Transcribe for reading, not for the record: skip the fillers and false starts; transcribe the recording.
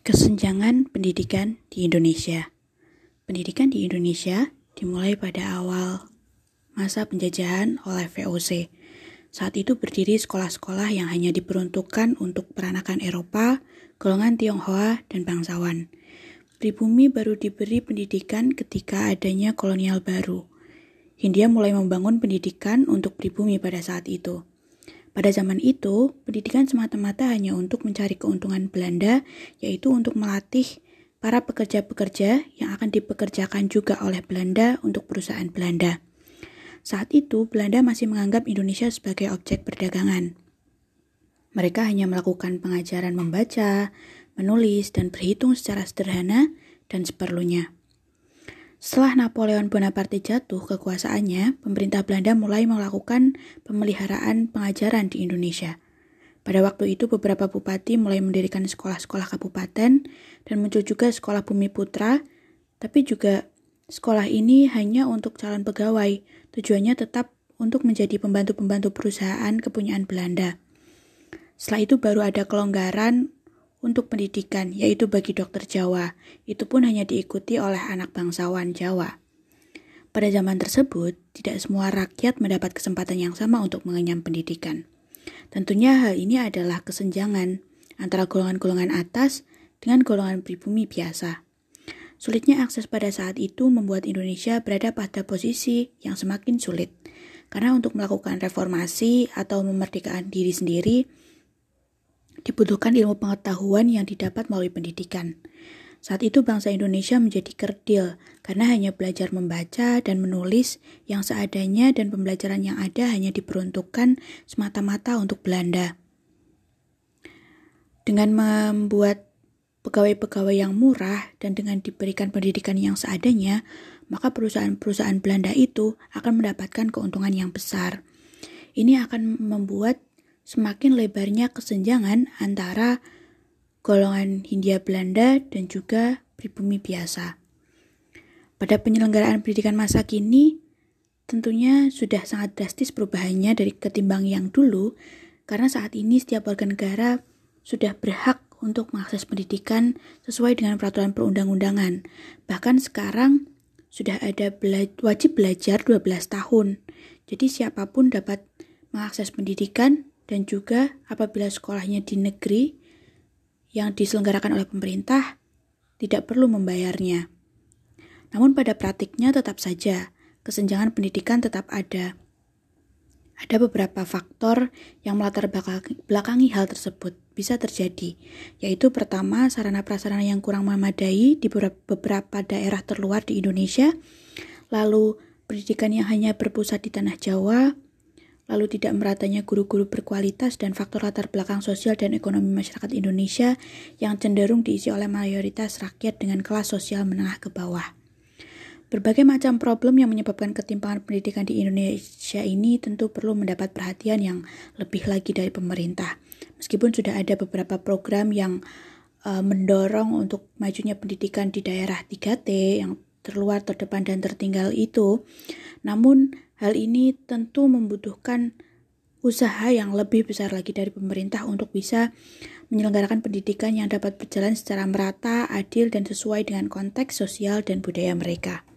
Kesenjangan pendidikan di Indonesia. Pendidikan di Indonesia dimulai pada awal masa penjajahan oleh VOC. Saat itu berdiri sekolah-sekolah yang hanya diperuntukkan untuk peranakan Eropa, golongan Tionghoa, dan bangsawan. Pribumi baru diberi pendidikan ketika adanya kolonial baru. Hindia mulai membangun pendidikan untuk pribumi pada saat itu. Pada zaman itu, pendidikan semata-mata hanya untuk mencari keuntungan Belanda, yaitu untuk melatih para pekerja-pekerja yang akan dipekerjakan juga oleh Belanda untuk perusahaan Belanda. Saat itu, Belanda masih menganggap Indonesia sebagai objek perdagangan. Mereka hanya melakukan pengajaran membaca, menulis, dan berhitung secara sederhana dan seperlunya. Setelah Napoleon Bonaparte jatuh kekuasaannya, pemerintah Belanda mulai melakukan pemeliharaan pengajaran di Indonesia. Pada waktu itu, beberapa bupati mulai mendirikan sekolah-sekolah kabupaten dan muncul juga sekolah Bumi Putra, tapi juga sekolah ini hanya untuk calon pegawai, tujuannya tetap untuk menjadi pembantu-pembantu perusahaan kepunyaan Belanda. Setelah itu baru ada kelonggaran untuk pendidikan, yaitu bagi dokter Jawa. Itu pun hanya diikuti oleh anak bangsawan Jawa. Pada zaman tersebut, tidak semua rakyat mendapat kesempatan yang sama untuk mengenyam pendidikan. Tentunya hal ini adalah kesenjangan antara golongan-golongan atas dengan golongan pribumi biasa. Sulitnya akses pada saat itu membuat Indonesia berada pada posisi yang semakin sulit. Karena untuk melakukan reformasi atau memerdekakan diri sendiri, dibutuhkan ilmu pengetahuan yang didapat melalui pendidikan. Saat itu bangsa Indonesia menjadi kerdil karena hanya belajar membaca dan menulis yang seadanya dan pembelajaran yang ada hanya diperuntukkan semata-mata untuk Belanda. Dengan membuat pegawai-pegawai yang murah dan dengan diberikan pendidikan yang seadanya, maka perusahaan-perusahaan Belanda itu akan mendapatkan keuntungan yang besar. Ini akan membuat semakin lebarnya kesenjangan antara golongan Hindia Belanda dan juga pribumi biasa. Pada penyelenggaraan pendidikan masa kini, tentunya sudah sangat drastis perubahannya dari ketimbang yang dulu, karena saat ini setiap warga negara sudah berhak untuk mengakses pendidikan sesuai dengan peraturan perundang-undangan. Bahkan sekarang sudah ada wajib belajar 12 tahun. Jadi siapapun dapat mengakses pendidikan. Dan juga apabila sekolahnya di negeri yang diselenggarakan oleh pemerintah, tidak perlu membayarnya. Namun pada praktiknya tetap saja, kesenjangan pendidikan tetap ada. Ada beberapa faktor yang melatar belakangi hal tersebut bisa terjadi, yaitu pertama, sarana-prasarana yang kurang memadai di beberapa daerah terluar di Indonesia, lalu pendidikan yang hanya berpusat di tanah Jawa, lalu tidak meratanya guru-guru berkualitas dan faktor latar belakang sosial dan ekonomi masyarakat Indonesia yang cenderung diisi oleh mayoritas rakyat dengan kelas sosial menengah ke bawah. Berbagai macam problem yang menyebabkan ketimpangan pendidikan di Indonesia ini tentu perlu mendapat perhatian yang lebih lagi dari pemerintah. Meskipun sudah ada beberapa program yang mendorong untuk majunya pendidikan di daerah 3T yang terluar, terdepan, dan tertinggal itu, namun hal ini tentu membutuhkan usaha yang lebih besar lagi dari pemerintah untuk bisa menyelenggarakan pendidikan yang dapat berjalan secara merata, adil, dan sesuai dengan konteks sosial dan budaya mereka.